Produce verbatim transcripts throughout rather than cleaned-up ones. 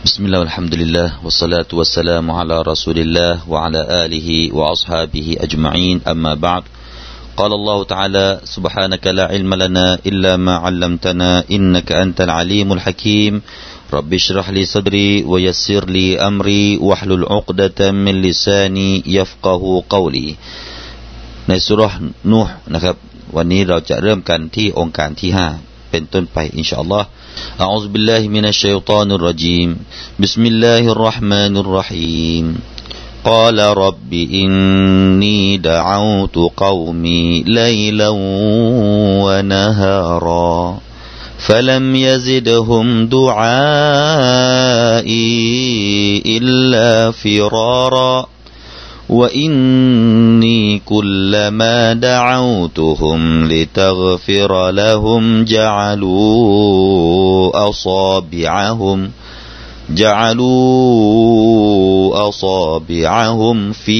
بسم الله والحمد لله والصلاة والسلام على رسول الله وعلى آله وأصحابه أجمعين أما بعد قال الله تعالى سبحانك لا علم لنا إلا ما علمتنا إنك أنت العليم الحكيم رب اشرح لي صدري ويسر لي أمري واحلل عقدة من لساني يفقه قولي ในซูเราะห์นูห์นะครับวันนี้เราจะเริ่มกันที่องค์การที่ห้าเป็นต้นไปอินชาอัลลอฮ์أعوذ بالله من الشيطان الرجيم بسم الله الرحمن الرحيم قال رب إني دعوت قومي ليلا ونهارا فلم يزدهم دعائي إلا فرارا وإني كلما دعوتهم لتغفر لهم جعلوا أصابعهم جعلوا أصابعهم في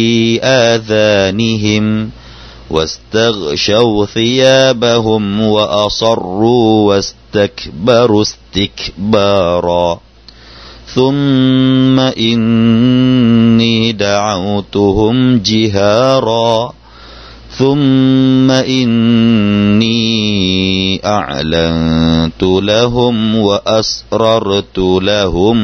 آذانهم واستغشوا ثيابهم وأصروا واستكبروا استكبارا ثم إني دعوتهم جهارا ثم إني أعلنت لهم وأسررت لهم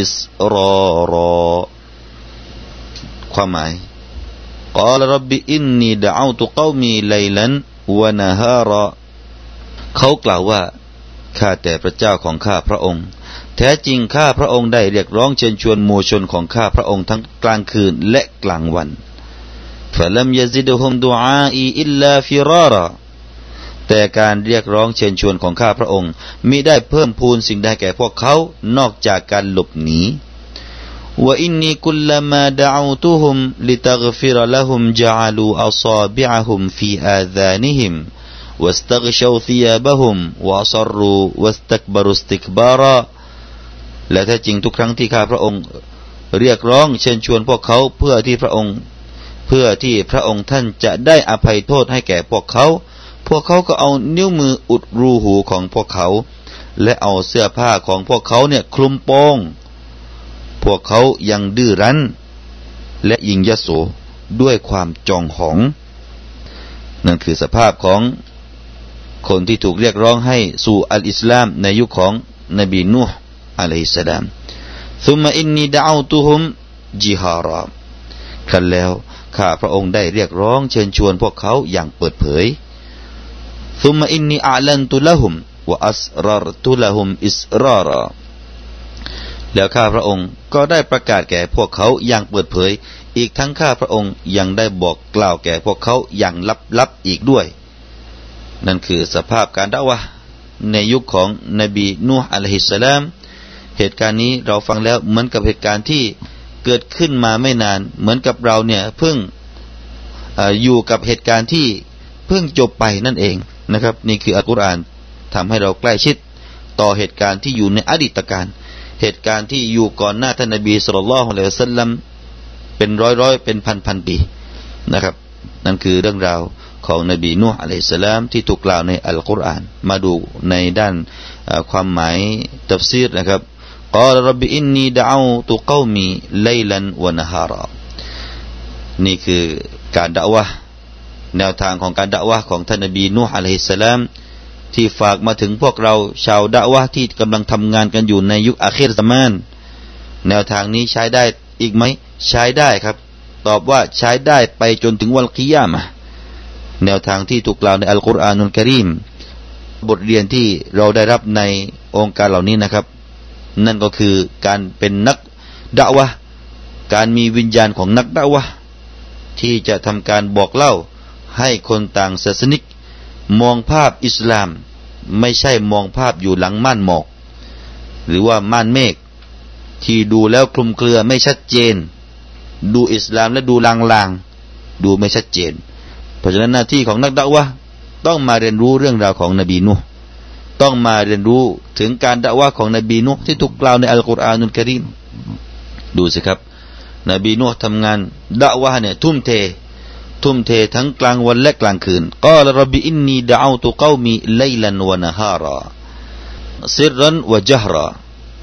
إسرارا ความหมาย قال رب إني دعوت قومي ليلا ونهارا เขากล่าวว่าข้าแต่พระเจ้าของข้าพระองค์แท้จริงข้าพระองค์ได้เรียกร้องเชิญชวนหมู่ชนของข้าพระองค์ทั้งกลางคืนและกลางวันฟะลัมยะซิดฮุมดุอาอีอิลลาฟิรารแต่การเรียกร้องเชิญชวนของข้าพระองค์มิได้เพิ่มพูนสิ่งใดแก่พวกเขานอกจากการหลบหนีวะอินนีกุลลมาดะอูตุฮุมลิตัฆฟิรละฮุมญะอะลูอัศอบิอะฮุมฟีอาซานิฮิมวัสตัฆชาวซิยาบะฮุมวะอัศรูวัสตักบารุสติกบาราและแท้จริงทุกครั้งที่ข้าพระองค์เรียกร้องเชิญชวนพวกเขาเพื่อที่พระองค์เพื่อที่พระองค์ท่านจะได้อภัยโทษให้แก่พวกเขาพวกเขาก็เอานิ้วมืออุดรูหูของพวกเขาและเอาเสื้อผ้าของพวกเขาเนี่ยคลุมโปงพวกเขายังดื้อรั้นและยิงยโสด้วยความจองหองนั่นคือสภาพของคนที่ถูกเรียกร้องให้สู่อัลอิสลามในยุคของนบีนูห์อะลัยฮิสสลาม ثم إني دعوتهم جهارا ครั้นแล้วข้าพระองค์ได้เรียกร้องเชิญชวนพวกเขาอย่างเปิดเผย ثم إني أعلنت لهم وأسررت لهم إسرارا แล้วข้าพระองค์ก็ได้ประกาศแก่พวกเขาอย่างเปิดเผยอีกทั้งข้าพระองค์ยังได้บอกกล่าวแก่พวกเขาอย่างลับๆอีกด้วยนั่นคือสภาพการดะอวะห์ในยุคของนบีนูห์อะลัยฮิสสลามเหตุการณ์นี้เราฟังแล้วเหมือนกับเหตุการณ์ที่เกิดขึ้นมาไม่นานเหมือนกับเราเนี่ยเพิ่ง อ, อยู่กับเหตุการณ์ที่เพิ่งจบไปนั่นเองนะครับนี่คืออัลกุรอานทำให้เราใกล้ชิดต่อเหตุการณ์ที่อยู่ในอดีตการเหตุการณ์ที่อยู่ก่อนหน้าท่านนบีศ็อลลัลลอฮุอะลัยฮิวะซัลลัมเป็นร้อยๆเป็นพันๆปีนะครับนั่นคือเรื่องราวของนบีนูห์อะลัยฮิสสลามที่ถูกกล่าวในอัลกุรอานมาดูในด้านความหมายตัฟซีรนะครับกอลร็อบบิอินนีดะอูตุกอมีไลลันวะนะฮารานี่คือการดะอวะห์แนวทางของการดะอวะห์ของท่านนบีนูห์อะลัยฮิสสลามที่ฝากมาถึงพวกเราชาวดะอวะห์ที่กำลังทำงานกันอยู่ในยุคอาคิรซะมานแนวทางนี้ใช้ได้อีกไหมใช้ได้ครับตอบว่าใช้ได้ไปจนถึงวันกิยามะห์แนวทางที่ถูกกล่าวในอัลกุรอานุลกะรีมบทเรียนที่เราได้รับในองค์การเหล่านี้นะครับนั่นก็คือการเป็นนักดะอวะห์การมีวิญญาณของนักดะอวะห์ที่จะทำการบอกเล่าให้คนต่างศาสนิกมองภาพอิสลามไม่ใช่มองภาพอยู่หลังม่านหมอกหรือว่าม่านเมฆที่ดูแล้วคลุมเครือไม่ชัดเจนดูอิสลามและดูลางๆดูไม่ชัดเจนเพราะฉะนั้นหน้าที่ของนักดะอวะห์ต้องมาเรียนรู้เรื่องราวของนบีนูห์ต้องมาเรียนรู้ถึงการดะอวะห์ของนบีนูห์ที่ถูกกล่าวในอัลกุรอานุลกะรีมดูสิครับนบีนูห์ทำงานดะอวะห์เนี่ยทุ่มเททุ่มเททั้งกลางวันและกลางคืนกอลร็อบบิอินนีดะอูตุกอมีไลลันวะนะฮาราซิรรันวะญะฮรา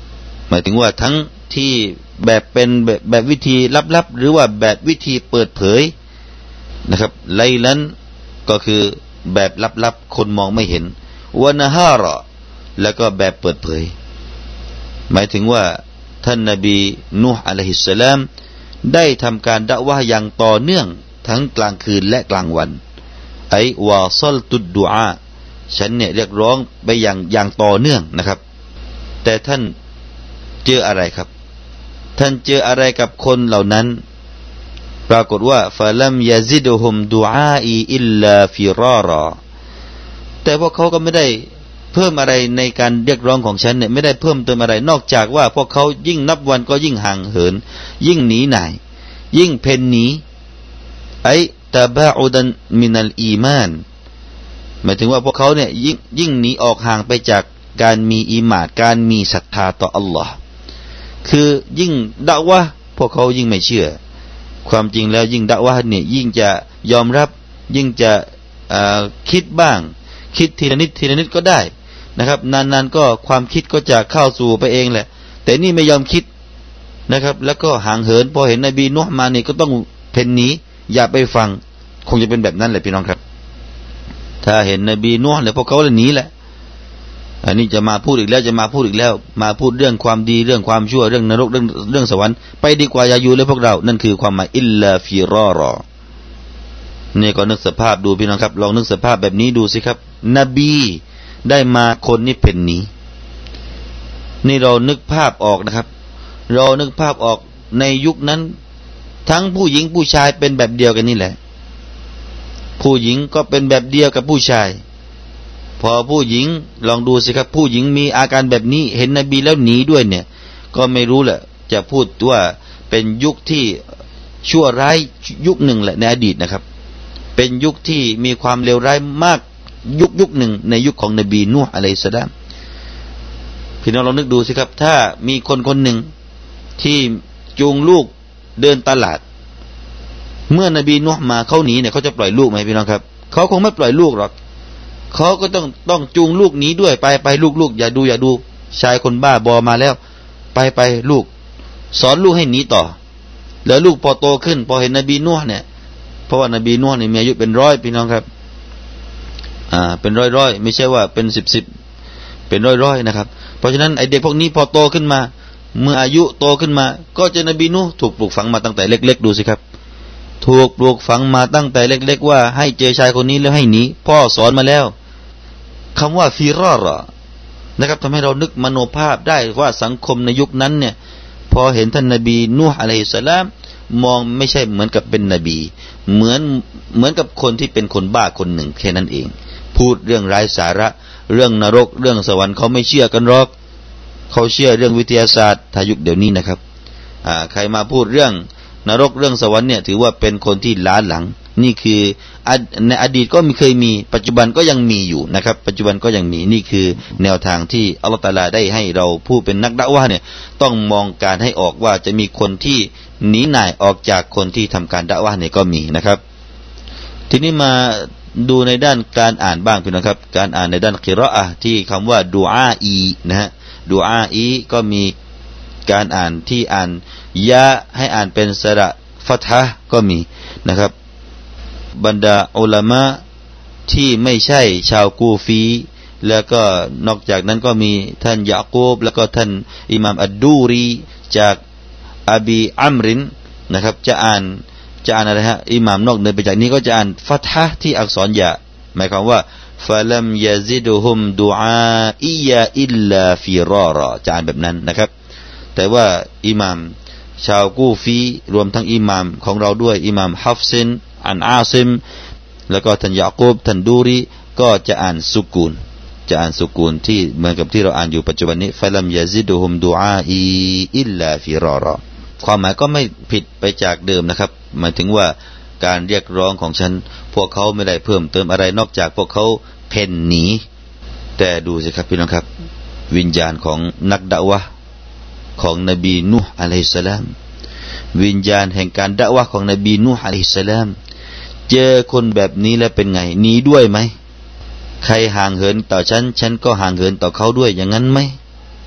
หมายถึงว่าทั้งที่แบบเป็นแบบแบบวิธีลับๆหรือว่าแบบวิธีเปิดเผยนะครับไลลันก็คือแบบลับๆคนมองไม่เห็นวะนะฮาระแล้วก็แบบเปิดเผยหมายถึงว่าท่านนบีนูห์อะลัยฮิสสลามได้ทำการดะวะห์อย่างต่อเนื่องทั้งกลางคืนและกลางวันไอวาซัลตุดดุอาฉันเนี่ยเรียกร้องไปอย่างอย่างต่อเนื่องนะครับแต่ท่านเจออะไรครับท่านเจออะไรกับคนเหล่านั้นปรากฏว่าฟะลัมยะซิดฮุมดุอาอีอิลลาฟิรารอแต่พวกเขาก็ไม่ได้เพิ่มอะไรในการเรียกร้องของฉันเนี่ยไม่ได้เพิ่มเติมอะไรนอกจากว่าพวกเขายิ่งนับวันก็ยิ่งห่างเหินยิ่งหนีหน่ายยิ่งเพ่นหนีไอตะบะอุดันมินัลอีมานหมายถึงว่าพวกเขาเนี่ยยิ่งยิ่งหนีออกห่างไปจากการมีอีหม่านการมีศรัทธาต่ออัลลอฮ์คือยิ่งดะวะห์พวกเขายิ่งไม่เชื่อความจริงแล้วยิ่งดะวะห์เนี่ยยิ่งจะยอมรับยิ่งจะคิดบ้างคิดทีละนิดทีละนิดก็ได้นะครับนานๆก็ความคิดก็จะเข้าสู่ไปเองแหละแต่นี่ไม่ยอมคิดนะครับแล้วก็ห่างเหินพอเห็นนบีนูห์มานี่ก็ต้องเพ่นหนีอย่าไปฟังคงจะเป็นแบบนั้นแหละพี่น้องครับถ้าเห็นนบีนูห์เนี่ยพวกเขาเลยหนีแหละอันนี้จะมาพูดอีกแล้วจะมาพูดอีกแล้วมาพูดเรื่องความดีเรื่องความชั่วเรื่องนรกเรื่องเรื่องสวรรค์ไปดีกว่าอย่าอยู่เลยพวกเรานั่นคือความหมายอิลลาฟิรารอนี่ก็นึกสภาพดูพี่น้องครับลองนึกสภาพแบบนี้ดูสิครับนบีได้มาคนนี่เป็นหนีนี่เรานึกภาพออกนะครับเรานึกภาพออกในยุคนั้นทั้งผู้หญิงผู้ชายเป็นแบบเดียวกันนี่แหละผู้หญิงก็เป็นแบบเดียวกับผู้ชายพอผู้หญิงลองดูสิครับผู้หญิงมีอาการแบบนี้เห็นนบีแล้วหนีด้วยเนี่ยก็ไม่รู้แหละจะพูดว่าเป็นยุคที่ชั่วร้ายยุคหนึ่งแหละในอดีตนะครับเป็นยุคที่มีความเลวร้ายมากยุคยุคหนึ่งในยุคของนบีนูห์อะลัยฮิสสลามพี่น้องลองนึกดูสิครับถ้ามีคนคนหนึ่งที่จูงลูกเดินตลาดเมื่อนบีนูห์มาเขาหนีเนี่ยเขาจะปล่อยลูกไหมพี่น้องครับเขาคงไม่ปล่อยลูกหรอกเขาก็ต้องต้องจูงลูกหนีด้วยไปไปลูกลูกอย่าดูอย่าดูชายคนบ้าบอมาแล้วไปไปลูกสอนลูกให้หนีต่อแล้วลูกพอโตขึ้นพอเห็นนบีนูห์เนี่ยเพราะว่านบีนูห์เนี่ยมีอายุเป็นร้อยพี่น้องครับอ่าเป็นร้อยร้อยไม่ใช่ว่าเป็นสิบสิบเป็นร้อยร้อยนะครับเพราะฉะนั้นไอเด็กพวกนี้พอโตขึ้นมาเมื่ออายุโตขึ้นมาก็เจอนบีนูห์ถูกปลูกฝังมาตั้งแต่เล็กๆดูสิครับถูกปลูกฝังมาตั้งแต่เล็กๆว่าให้เจอชายคนนี้แล้วให้หนีพ่อสอนมาแล้วคำว่าฟิรารอนะครับทำให้เรานึกมโนภาพได้ว่าสังคมในยุคนั้นเนี่ยพอเห็นท่านนบีนูห์อะลัยฮิสสลามมองไม่ใช่เหมือนกับเป็นนบีเหมือนเหมือนกับคนที่เป็นคนบ้าคนหนึ่งแค่นั้นเองพูดเรื่องไร้สาระเรื่องนรกเรื่องสวรรค์เขาไม่เชื่อกันหรอกเขาเชื่อเรื่องวิทยาศาสตร์ทายุคเดี๋ยวนี้นะครับอ่าใครมาพูดเรื่องนรกเรื่องสวรรค์เนี่ยถือว่าเป็นคนที่ล้าหลังนี่คือในอดีตก็มีเคยมีปัจจุบันก็ยังมีอยู่นะครับปัจจุบันก็ยังมีนี่คือแนวทางที่อัลเลาะห์ตะอาลาได้ให้เราผู้เป็นนักดะอ์วะห์เนี่ยต้องมองการให้ออกว่าจะมีคนที่หนีหน่ายออกจากคนที่ทำการดะอ์วะห์เนี่ยก็มีนะครับทีนี้มาดูในด้านการอ่านบ้างพี่น้องครับการอ่านในด้านกิรออะห์ที่คำว่าดุอาอีนะฮะดุอาอีก็มีการอ่านที่อ่านยะให้อ่านเป็นสระฟัตฮะห์ก็มีนะครับบรรดาอุลามะที่ไม่ใช่ชาวกูฟีแล้วก็นอกจากนั้นก็มีท่านยะกูบแล้วก็ท่านอิหม่ามอัดดูรีจากอบีอัมรินนะครับจะอ่านจะอ่านอะไรฮะอิหม่ามนอกเหนือไปจากนี้ก็จะอ่านฟัตฮะห์ที่อักษรยะหมายความว่าฟะลัมยะซิดุฮุมดุอาอิยาอิลลาฟิรารอจะอ่านแบบนั้นนะครับแต่ว่าอิหม่ามชาวกูฟีรวมทั้งอิหม่ามของเราด้วยอิหม่ามฮัฟซินอันอาซิมแล้วก็ท่านยะกูบท่านดูรีก็จะอ่านสุกูนจะอ่านสุกูนที่เหมือนกับที่เราอ่านอยู่ปัจจุบันนี้ฟะลัมยะซิดุฮุมดุอาอีอิลลาฟิรารอความหมายก็ไม่ผิดไปจากเดิมนะครับหมายถึงว่าการเรียกร้องของฉันพวกเขาไม่ได้เพิ่มเติมอะไรนอกจากพวกเขาเพ่นหนีแต่ดูสิครับพี่น้องครับวิญญาณของนักดะอ์วะห์ของนบีนูห์อะลัยฮิสสลามวิญญาณแห่งการดะอ์วะห์ของนบีนูห์อะลัยฮิสสลามเจอคนแบบนี้แล้วเป็นไงหนีด้วยไหมใครห่างเหินต่อฉันฉันก็ห่างเหินต่อเขาด้วยอย่างนั้นไหม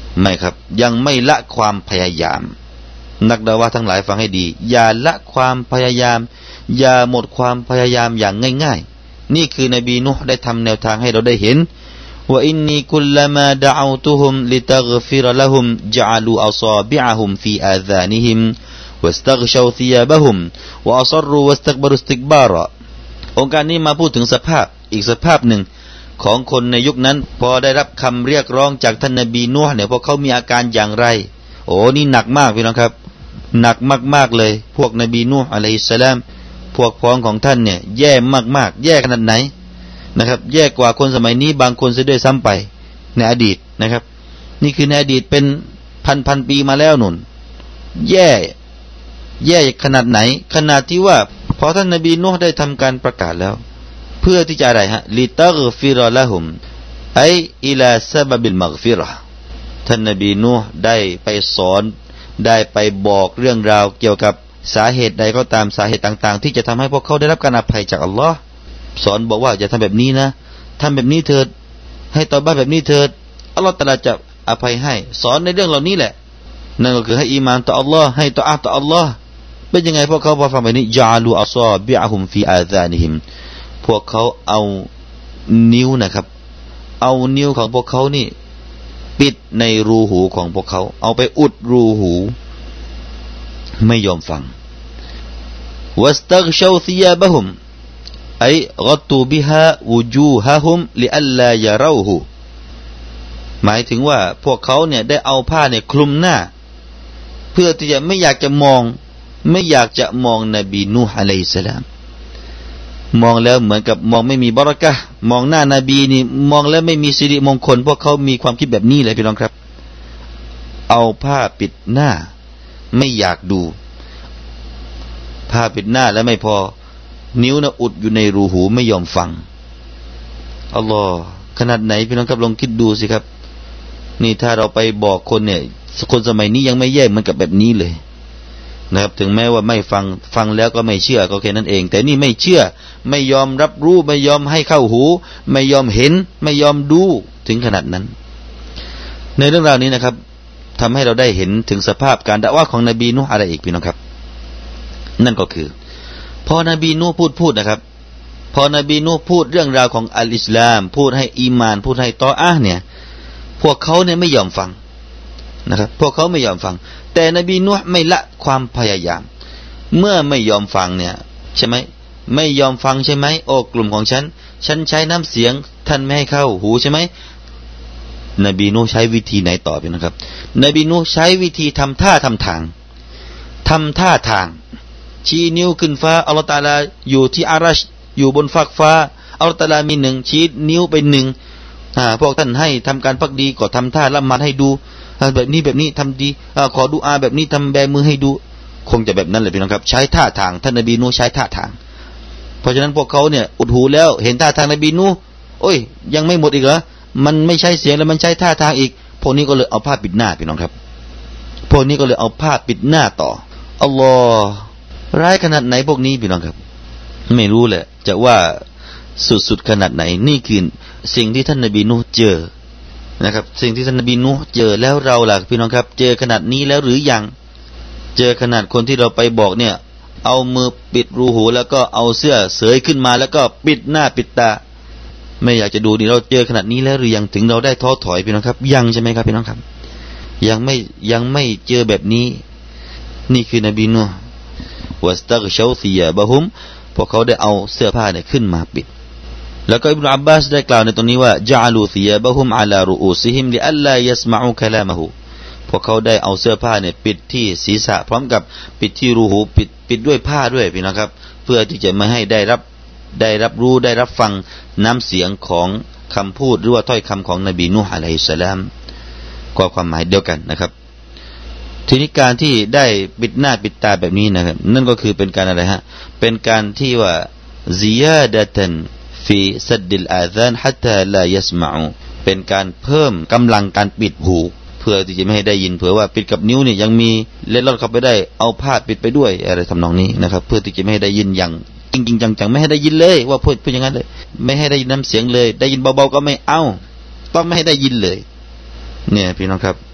ไม่ครับยังไม่ละความพยายามนักดะวะห์ทั้งหลายฟังให้ดีอย่าละความพยายามอย่าหมดความพยายามอย่างง่ายๆนี่คือนบีนูห์ได้ทำแนวทางให้เราได้เห็นว่าอินนีกุลลามาดะเอาตุฮุมลิตัฆฟิรละฮุมจะอะลูอัศอบิอะฮุมฟีอาซานิฮิมวัสตัฆชาวซิยาบะฮุมวะอัศรวัสตักบารุสติกบาระองค์การนี้มาพูดถึงสภาพอีกสภาพหนึ่งของคนในยุคนั้นพอได้รับคำเรียกร้องจากท่านนบีนูห์เนี่ยพวกเขามีอาการอย่างไรโอ้นี่หนักมากพี่น้องครับหนักมากๆเลยพวกนบีนูห์อะลัยฮิสสลามพวกพ้องของท่านเนี่ยแย่มากๆแย่ขนาดไหนนะครับแย่กว่าคนสมัยนี้บางคนเสียด้วยซ้ำไปในอดีตนะครับนี่คือในอดีตเป็นพันๆปีมาแล้วนุ่นแย่แย่ขนาดไหนขนาดที่ว่าพอท่านนบีนูห์ได้ทำการประกาศแล้วเพื่อที่จะอะไรฮะลิตัฆฟิรละฮุมไออิลาซะบะบิลมัฆฟิเราะห์ท่านนบีนูห์ได้ไปสอนได้ไปบอกเรื่องราวเกี่ยวกับสาเหตุใดก็ตามสาเหตุต่างๆที่จะทำให้พวกเขาได้รับการอภัยจากอัลลอฮ์สอนบอกว่าอย่าทำแบบนี้นะทำแบบนี้เถิดให้ตอบ้าแบบนี้เถิดอัลลอฮ์ตะอาลาจะอภัยให้สอนในเรื่องเหล่านี้แหละนั่นก็คือให้อีมานต่ออัลลอฮ์ให้ตออะห์ต่ออัลลอฮ์เป็นยังไงพวกเขาพอฟังแบบนี้จาลูอัศอบิอะฮุมฟีอาซานิฮิมพวกเขาเอานิ้วนะครับเอานิ้วของพวกเขานี่ปิดในรูหูของพวกเขาเอาไปอุดรูหูไม่ยอมฟังวัสตัฆชาวซิยาบะฮุมไอกัตตูบิฮาวูจูฮะฮุมลิอัลลายะเราหูหมายถึงว่าพวกเขาเนี่ยได้เอาผ้าเนี่ยคลุมหน้าเพื่อที่จะไม่อยากจะมองไม่อยากจะมองนบีนูห์อะลัยฮิสสลามมองแล้วเหมือนกับมองไม่มีบะเราะกะห์มองหน้านบีนี่มองแล้วไม่มีสิริมงคลพวกเขามีความคิดแบบนี้เลยพี่น้องครับเอาผ้าปิดหน้าไม่อยากดูผ้าปิดหน้าแล้วไม่พอนิ้วนะอุดอยู่ในรูหูไม่ยอมฟังอัลลอฮ์ขนาดไหนพี่น้องครับลองคิดดูสิครับนี่ถ้าเราไปบอกคนเนี่ยคนสมัยนี้ยังไม่แย่เหมือนกับแบบนี้เลยนะครับถึงแม้ว่าไม่ฟังฟังแล้วก็ไม่เชื่อก็แค่นั้นเองแต่นี่ไม่เชื่อไม่ยอมรับรู้ไม่ยอมให้เข้าหูไม่ยอมเห็นไม่ยอมดูถึงขนาดนั้นในเรื่องราวนี้นะครับทำให้เราได้เห็นถึงสภาพการดะวะห์ของนบีนูห์อะไรอีกพี่น้องครับนั่นก็คือพอนบีนูห์พูดพูดนะครับพอนบีนูห์พูดเรื่องราวของอัลอิสลามพูดให้อีมานพูดให้ตออะห์เนี่ยพวกเขาเนี่ยไม่ยอมฟังนะครับพวกเขาไม่ยอมฟังแต่นบีนูห์ไม่ละความพยายามเมื่อไม่ยอมฟังเนี่ยใช่ไหมไม่ยอมฟังใช่ไหมโอ้กลุ่มของฉันฉันใช้น้ำเสียงท่านไม่ให้เข้าหูใช่ไหมนบีนูห์ใช้วิธีไหนต่อไปนะครับนบีนูห์ใช้วิธีทำท่าทำทางทำท่าทางชี้นิ้วขึ้นฟ้าอัลเลาะห์ตะอาลาอยู่ที่อารัชอยู่บนฟากฟ้าอัลเลาะห์ตะอาลามีหนึ่งชี้นิ้วไปหนึ่งอ่าพวกท่านให้ทำการภักดีก็ทำท่าละหมาดให้ดูแบบนี้แบบนี้ทำดีอ่าขอดุอาแบบนี้ทำแบมือให้ดูคงจะแบบนั้นเลยพี่น้องครับใช้ท่าทางท่านนบีนูห์ใช้ท่าทางเพราะฉะนั้นพวกเขาเนี่ยอุดหูแล้วเห็นท่าทางนบีนูห์โอ้ยยังไม่หมดอีกเหรอมันไม่ใช่เสียงแล้วมันใช้ท่าทางอีกพวกนี้ก็เลยเอาผ้าปิดหน้าพี่น้องครับพวกนี้ก็เลยเอาผ้าปิดหน้าต่ออัลลอฮ์ร้ายขนาดไหนพวกนี้พี่น้องครับไม่รู้แหละจะว่าสุดๆขนาดไหนนี่คือสิ่งที่ท่านนบีนูห์เจอนะครับสิ่งที่ท่านนบีนูห์เจอแล้วเราล่ะพี่น้องครับเจอขนาดนี้แล้วหรือยังเจอขนาดคนที่เราไปบอกเนี่ยเอามือปิดรูหูแล้วก็เอาเสื้อเสยขึ้นมาแล้วก็ปิดหน้าปิดตาไม่อยากจะดูนี่เราเจอขนาดนี้แล้วหรือยังถึงเราได้ท้อถอยพี่น้องครับยังใช่ไหมครับพี่น้องครับยังไม่ยังไม่เจอแบบนี้นี่คือนบีนูห์วัสตัฆชาวซิยาบะฮุมพวกเขาได้เอาเสื้อผ้าเนี่ยขึ้นมาปิดแล้วก็อิบนุอับบาสได้กล่าวในตรงนี้ว่าจาลูซิยาบะฮุมอะลารูอูซิฮิมลิอัลลายัสมะอูคลามะฮูพวกเขาได้เอาเสื้อผ้าเนี่ยปิดที่ศีรษะพร้อมกับปิดที่รูหูปิดปิดด้วยผ้าด้วยพี่น้องครับเพื่อที่จะไม่ให้ได้รับได้รับรู้ได้รับฟังน้ำเสียงของคำพูดหรือว่าถ้อยคำของนบีนูห์อะลัยฮิสสลามก็ความหมายเดียวกันนะครับทีนี้การที่ได้ปิดหน้าปิดตาแบบนี้นะครับนั่นก็คือเป็นการอะไรฮะเป็นการที่ว่าซิยาดะตันฟีซัดดิลอาซานฮัตตาลายัสมะอูเป็นการเพิ่มกำลังการปิดหูเพื่อที่จะไม่ให้ได้ยินเผื่อว่าปิดกับนิ้วเนี่ยยังมีเล็ดลอดเข้าไปได้เอาผ้าปิดไปด้วยอะไรทำนองนี้นะครับเพื่อที่จะไม่ให้ได้ยินอย่างจริงๆจังๆไม่ให้ได้ยินเลยว่าพูดพูดอย่างนั้นเลยไม่ให้ได้ยินน้ำเสียงเลยได้ยินเบาๆก็ไม่เอาต้องไม่ให้ได้ยินเลยเนี่ยพี่น้องครับ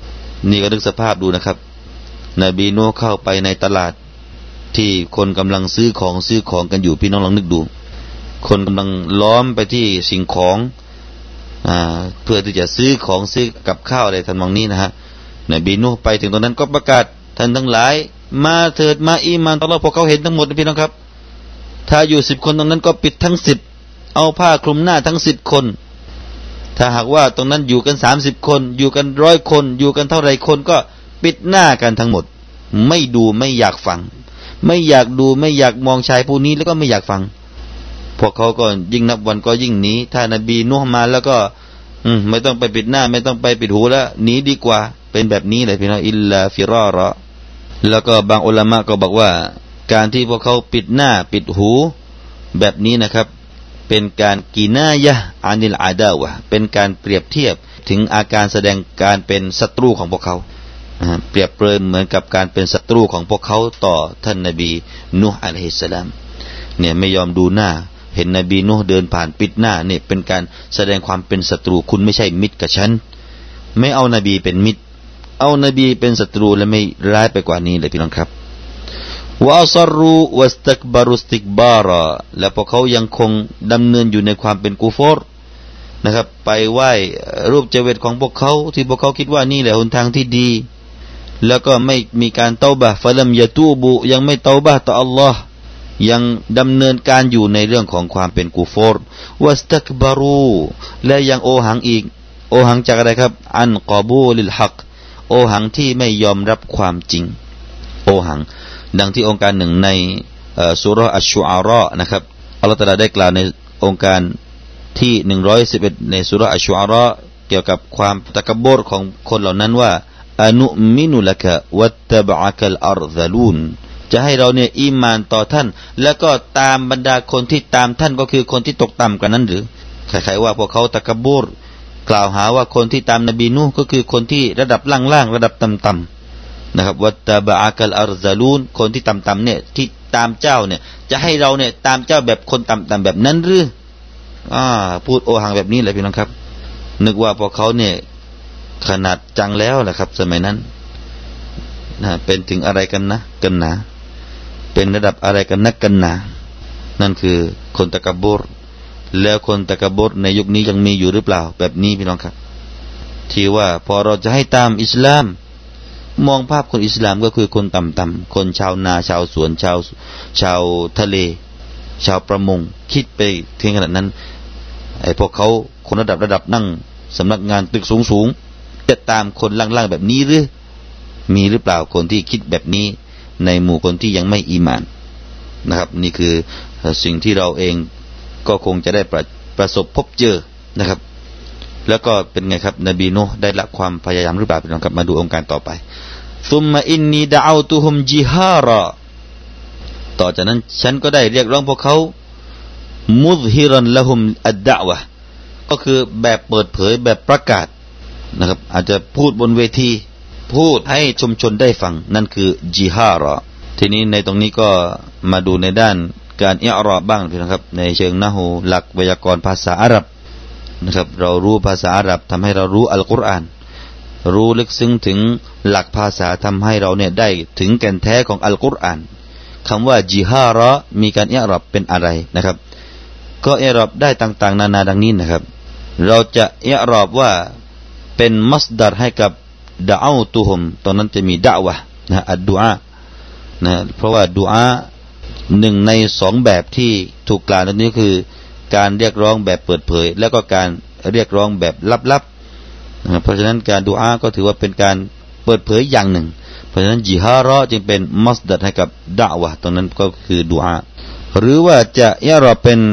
นี่ก็นึกสภาพดูนะครับนบีนูฮ์เข้าไปในตลาดที่คนกำลังซื้อของซื้อของกันอยู่พี่น้องลองนึกดูคนกำลังล้อมไปที่สิ่งของอ่าเพื่อที่จะซื้อของซื้อกับข้าวอะไรทำนองนี้นะฮะนบีนูฮ์ไปถึงตรงนั้นก็ประกาศท่านทั้งหลายมาเถิดมาอีมานต่ออัลเลาะห์พวกเขาเห็นทั้งหมดพี่น้องครับถ้าอยู่สิบคนตรงนั้นก็ปิดทั้งสิบเอาผ้าคลุมหน้าทั้งสิบคนถ้าหากว่าตรงนั้นอยู่กันสามสิบคนอยู่กันร้อยคนอยู่กันเท่าไรคนก็ปิดหน้ากันทั้งหมดไม่ดูไม่อยากฟังไม่อยากดูไม่อยากมองชายผู้นี้แล้วก็ไม่อยากฟังพวกเขาก็ยิ่งนับวันก็ยิ่งหนีถ้านบีนูฮ์มาแล้วก็อืมไม่ต้องไปปิดหน้าไม่ต้องไปปิดหูแล้วหนีดีกว่าเป็นแบบนี้เลยพี่น้องอิลลาฟิรอเราะแล้วก็บางอุลามะก็บอกว่าการที่พวกเขาปิดหน้าปิดหูแบบนี้นะครับเป็นการกีนายะอานิลอาดาวะเป็นการเปรียบเทียบถึงอาการแสดงการเป็นศัตรูของพวกเขาเปรียบเปรยเหมือนกับการเป็นศัตรูของพวกเขาต่อท่านนบีนูฮ์อะลัยฮิสสลามเนี่ยไม่ยอมดูหน้าเห็นนบีนูฮ์เดินผ่านปิดหน้าเนี่ยเป็นการแสดงความเป็นศัตรูคุณไม่ใช่มิตรกับฉันไม่เอานบีเป็นมิตรเอานบีเป็นศัตรูและไม่ร้ายไปกว่านี้เลยพี่น้องครับวะอัศรูวัสตักบารุสติกบาระและพวกเขายังคงดำเนินอยู่ในความเป็นกุฟรนะครับไปไหว้รูปเจวิตของพวกเขาที่พวกเขาคิดว่านี่แหละหนทางที่ดีแล้วก็ไม่มีการเตาบะฟะลัมยะตูบุยังไม่เตาบะต่ออัลลอฮ์ยังดำเนินการอยู่ในเรื่องของความเป็นกุฟรวัสตักบารูและยังโอหังอีกโอหังจากอะไรครับอันกอบูลิลฮักโอหังที่ไม่ยอมรับความจริงโอหังดังที่องค์การหนึ่งในซูเราะห์อัชชุอาเราะห์นะครับอัลเลาะห์ตะอาลาได้กล่าวในองค์การที่หนึ่งร้อยสิบเอ็ดในซูเราะห์อัชชุอาเราะห์เกี่ยวกับความตะกับบรของคนเหล่านั้นว่าอนุมินุละกะวัตตะบะอะกัลอัรซะลูนจะให้เราเนี่ยอีหม่านต่อท่านแล้วก็ตามบรรดาคนที่ตามท่านก็คือคนที่ตกต่ำกว่านั้นหรือใครๆว่าพวกเขาตะกับบรกล่าวหาว่าคนที่ตามนบีนูฮ์ก็คือคนที่ระดับล่างๆระดับต่ำๆนะครับวัตตะบะอะกัลอัรซะลูนคนที่ต่ำๆเนี่ยที่ตามเจ้าเนี่ยจะให้เราเนี่ยตามเจ้าแบบคนต่ำๆแบบนั้นหรืออ่าพูดโอหังแบบนี้เลยพี่น้องครับนึกว่าพวกเขาเนี่ยขนาดจังแล้วแหละครับสมัยนั้นนะเป็นถึงอะไรกันนะกันหนาเป็นระดับอะไรกันนักกันหนานั่นคือคนตะกับบรแล้วคนตะกับบรในยุคนี้ยังมีอยู่หรือเปล่าแบบนี้พี่น้องครับที่ว่าพอเราจะให้ตามอิสลามมองภาพคนอิสลามก็คือคนต่ำๆคนชาวนาชาวสวนชาวชาวทะเลชาวประมงคิดไปถึงขนาดนั้นไอ้พวกเขาคนระดับระดับนั่งสำนักงานตึกสูงๆจะตามคนล่างๆแบบนี้หรือมีหรือเปล่าคนที่คิดแบบนี้ในหมู่คนที่ยังไม่อีหม่านนะครับนี่คือสิ่งที่เราเองก็คงจะได้ประประสบพบเจอนะครับแล้วก็เป็นไงครับนบีนูฮ์ได้ละความพยายามหรือเปล่าพี่น้องครับมาดูองค์การต่อไปซุมมะอินนีดะเอาตุฮุมจิฮาระต่อจากนั้นฉันก็ได้เรียกร้องพวกเขามุซฮิรันละฮุมอัดดะวะก็คือแบบเปิดเผยแบบประกาศนะครับอาจจะพูดบนเวทีพูดให้ชุมชนได้ฟังนั่นคือจิฮาระทีนี้ในตรงนี้ก็มาดูในด้านการอิอรอบบ้างพี่นะครับในเชิงนะฮูหลักไวยากรณ์ภาษาอาหรับนะครับเรารู้ภาษาอาหรับทำให้เรารู้อัลกุรอานรู้ลึกซึ้งถึงหลักภาษาทำให้เราเนี่ยได้ถึงแก่นแท้ของอัลกุรอานคำว่าจิฮาระมีการอิอรอบเป็นอะไรนะครับก็อิอรอบได้ต่างๆนานาดังนี้นะครับเราจะอิอรอบว่าเป็นมัสดัรให้กับดะเอาตุฮุมตอนนั้นจะมีดะวะนะอัดดุอานะเพราะว่าดุอาหนึ่งในสองแบบที่ถูกกล่าวนี้คือการเรียกร้องแบบเปิดเผยแล้วก็การเรียกร้องแบบลับๆนะเพราะฉะนั้นการดุอาก็ถือว่าเป็นการเปิดเผยอย่างหนึ่งเพราะฉะนั้นจิฮาระจึงเป็นมัสดัรให้กับดะวะตรงนั้นก็คือดุอาหรือว่าจะอิอรอบเป็น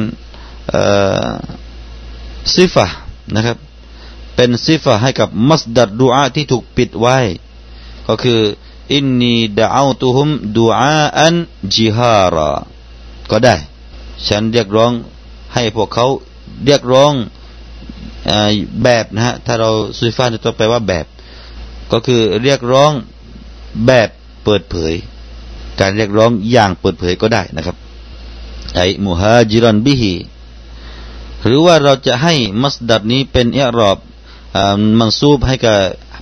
ซิฟะนะครับเป็นซิฟะให้กับมัสดัรดุอาที่ถูกปิดไว้ก็คืออินนีดะเอาตุฮุมดุอาอันจิฮาระก็ได้ฉันเรียกร้องให้พวกเขาเรียกร้องแบบนะฮะถ้าเราซิฟะจะต้องแปลว่าแบบก็คือเรียกร้องแบบเปิดเผยการเรียกร้องอย่างเปิดเผยก็ได้นะครับไอมุฮาจิรันบิฮิหรือว่าเราจะให้มัสดัรนี้เป็นอิอรอบมันซูบให้กับ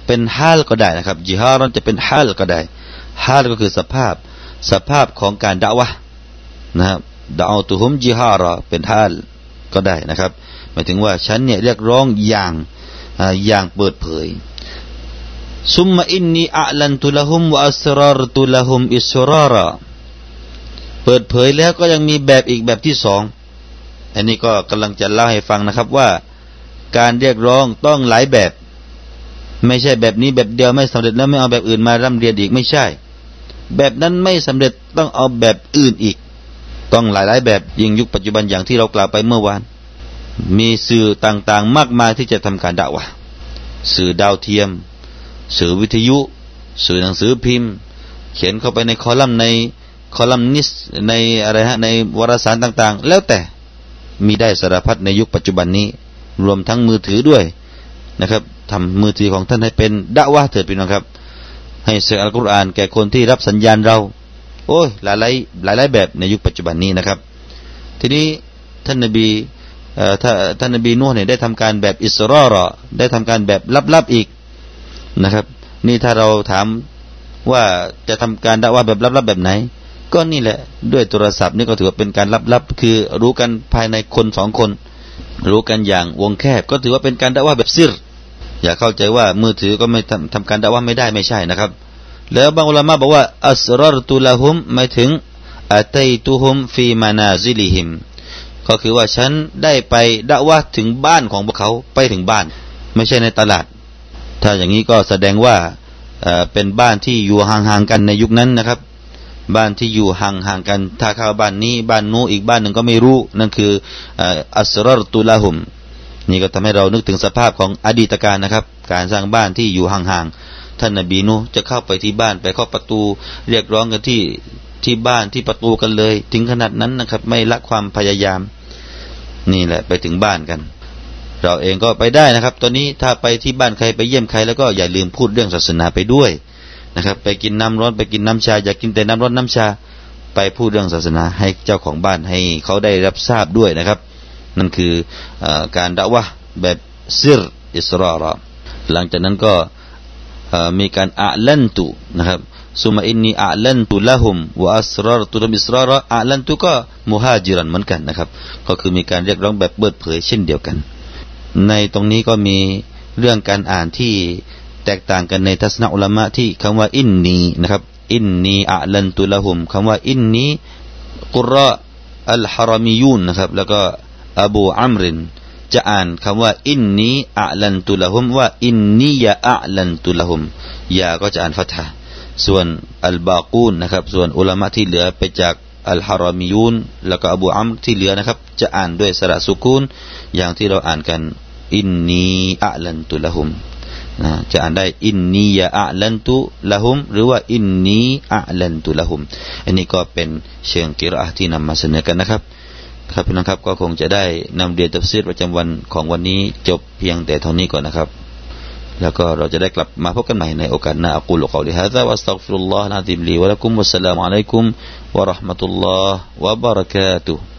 เป็นฮาลก็ได้นะครับจิฮารันจะเป็นฮาลก็ได้ฮาลก็คือสภาพสภาพของการดะอวะห์นะครับดะเอาตุฮุมจิฮาระเป็นฮาลก็ได้นะครับหมายถึงว่าฉันเนี่ยเรียกร้องอย่างอย่างเปิดเผยซุมมะอินนีอะลันตุละฮุมวะอัสรารตุละฮุมอิสราระเปิดเผยแล้วก็ยังมีแบบอีกแบบที่สองอันนี้ก็กำลังจะเล่าให้ฟังนะครับว่าการเรียกร้องต้องหลายแบบไม่ใช่แบบนี้แบบเดียวไม่สำเร็จแล้วไม่เอาแบบอื่นมาร่ำเรียนอีกไม่ใช่แบบนั้นไม่สำเร็จต้องเอาแบบอื่นอีกต้องหลายๆแบบยิ่งยุคปัจจุบันอย่างที่เรากล่าวไปเมื่อวานมีสื่อต่างๆมากมายที่จะทำการดะอ์วะห์สื่อดาวเทียมสื่อวิทยุสื่อหนังสือพิมพ์เขียนเข้าไปในคอลัมน์ในคอลัมนิสต์ในอะไรฮะในวารสารต่างๆแล้วแต่มีได้สารพัดในยุคปัจจุบันนี้รวมทั้งมือถือด้วยนะครับทำมือถือของท่านให้เป็นดะอ์วะห์เถิดพี่น้องครับให้เสกอัลกุรอานแก่คนที่รับสัญญาณเราโอ้ยหลายหลายหลายแบบในยุคปัจจุบันนี้นะครับทีนี้ท่านนบีเอ่อถ้าท่านนบีนูห์เนี่ยได้ทำการแบบอิสรอรอได้ทำการแบบลับๆอีกนะครับนี่ถ้าเราถามว่าจะทำการดะอ์วะห์แบบลับๆแบบไหนก็นี่แหละด้วยโทรศัพท์นี่ก็ถือว่าเป็นการลับๆคือรู้กันภายในคนสองคนรู้กันอย่างวงแคบก็ถือว่าเป็นการดะอ์วะห์แบบซิรอย่าเข้าใจว่ามือถือก็ไม่ทำทำการดะอ์วะห์ไม่ได้ไม่ใช่นะครับแล้วบางอุลามะบอกว่าอัสรารตุละฮุมหมายถึงอะตัยตุฮุมฟีมานาซิลิฮิมก็คือว่าฉันได้ไปดะอ์วะห์ถึงบ้านของพวกเขาไปถึงบ้านไม่ใช่ในตลาดถ้าอย่างนี้ก็แสดงว่าเอ่อเป็นบ้านที่อยู่ห่างๆกันในยุคนั้นนะครับบ้านที่อยู่ห่างๆกันถ้าเข้าบ้านนี้บ้านนู้นอีกบ้านหนึ่งก็ไม่รู้นั่นคืออัสรารตุละฮุมนี่ก็ทำให้เรานึกถึงสภาพของอดีตการนะครับการสร้างบ้านที่อยู่ห่างๆท่านนบีนูห์จะเข้าไปที่บ้านไปเคาะประตูเรียกร้องกันที่ที่บ้านที่ประตูกันเลยถึงขนาดนั้นนะครับไม่ละความพยายามนี่แหละไปถึงบ้านกันเราเองก็ไปได้นะครับตอนนี้ถ้าไปที่บ้านใครไปเยี่ยมใครแล้วก็อย่าลืมพูดเรื่องศาสนาไปด้วยนะครับไปกินน้ำร้อนไปกินน้ำชาอย่ากินแต่น้ำร้อนน้ำชาไปพูดเรื่องศาสนาให้เจ้าของบ้านให้เขาได้รับทราบด้วยนะครับนั่นคือเอ่อการดะอ์วะห์แบบซิรอิสรอรอหลังจากนั้นก็มีการอะลันตุนะครับซุมะอินนีอะลันตุละฮุมวะอัสรารตุบิสรารอะลันตุก็มุฮาจิรันเหมือนกันนะครับก็คือมีการเรียกร้องแบบเปิดเผยเช่นเดียวกันในตรงนี้ก็มีเรื่องการอ่านที่แตกต่างกันในทัศนะอุลามะที่คำว่าอินนีนะครับอินนีอะลันตุละฮุมคำว่าอินนีกุรออัลฮารอมียูนนะครับแล้วก็อบูอัมรินจะอ่านคำว่าอินนีอะลันตุละฮุมว่าอินนียะอะลันตุละฮุมยาก็จะอ่านฟัตฮะส่วนอัลบากูนนะครับส่วนอุลามะที่เหลือไปจากอัลฮารอมียูนแล้วก็อบูอัมรที่เหลือนะครับจะอ่านด้วยสระสุกูนอย่างที่เราอ่านกันอินนีอะลันตุละฮุมนะจะอ่านได้อินนียะอะลันตุละฮุมหรือว่าอินนีอะลันตุละฮุมอันนี้ก็เป็นเชิงกิรออะห์ที่นำมาเสนอกันนะครับครับพี่น้องครับก็คงจะได้นำเรียนตัฟซีรประจำวันของวันนี้จบเพียงแต่เท่านี้ก่อนนะครับแล้วก็เราจะได้กลับมาพบกันใหม่ในโอกาสหน้าอะกูลุกอลิฮะซาวัสตัฆฟิรุลลอฮะนะซิมลีวะละกุมวัสสลามุอะลัยกุมวะเราะห์มะตุลลอฮ์วะบะเราะกาตุฮ์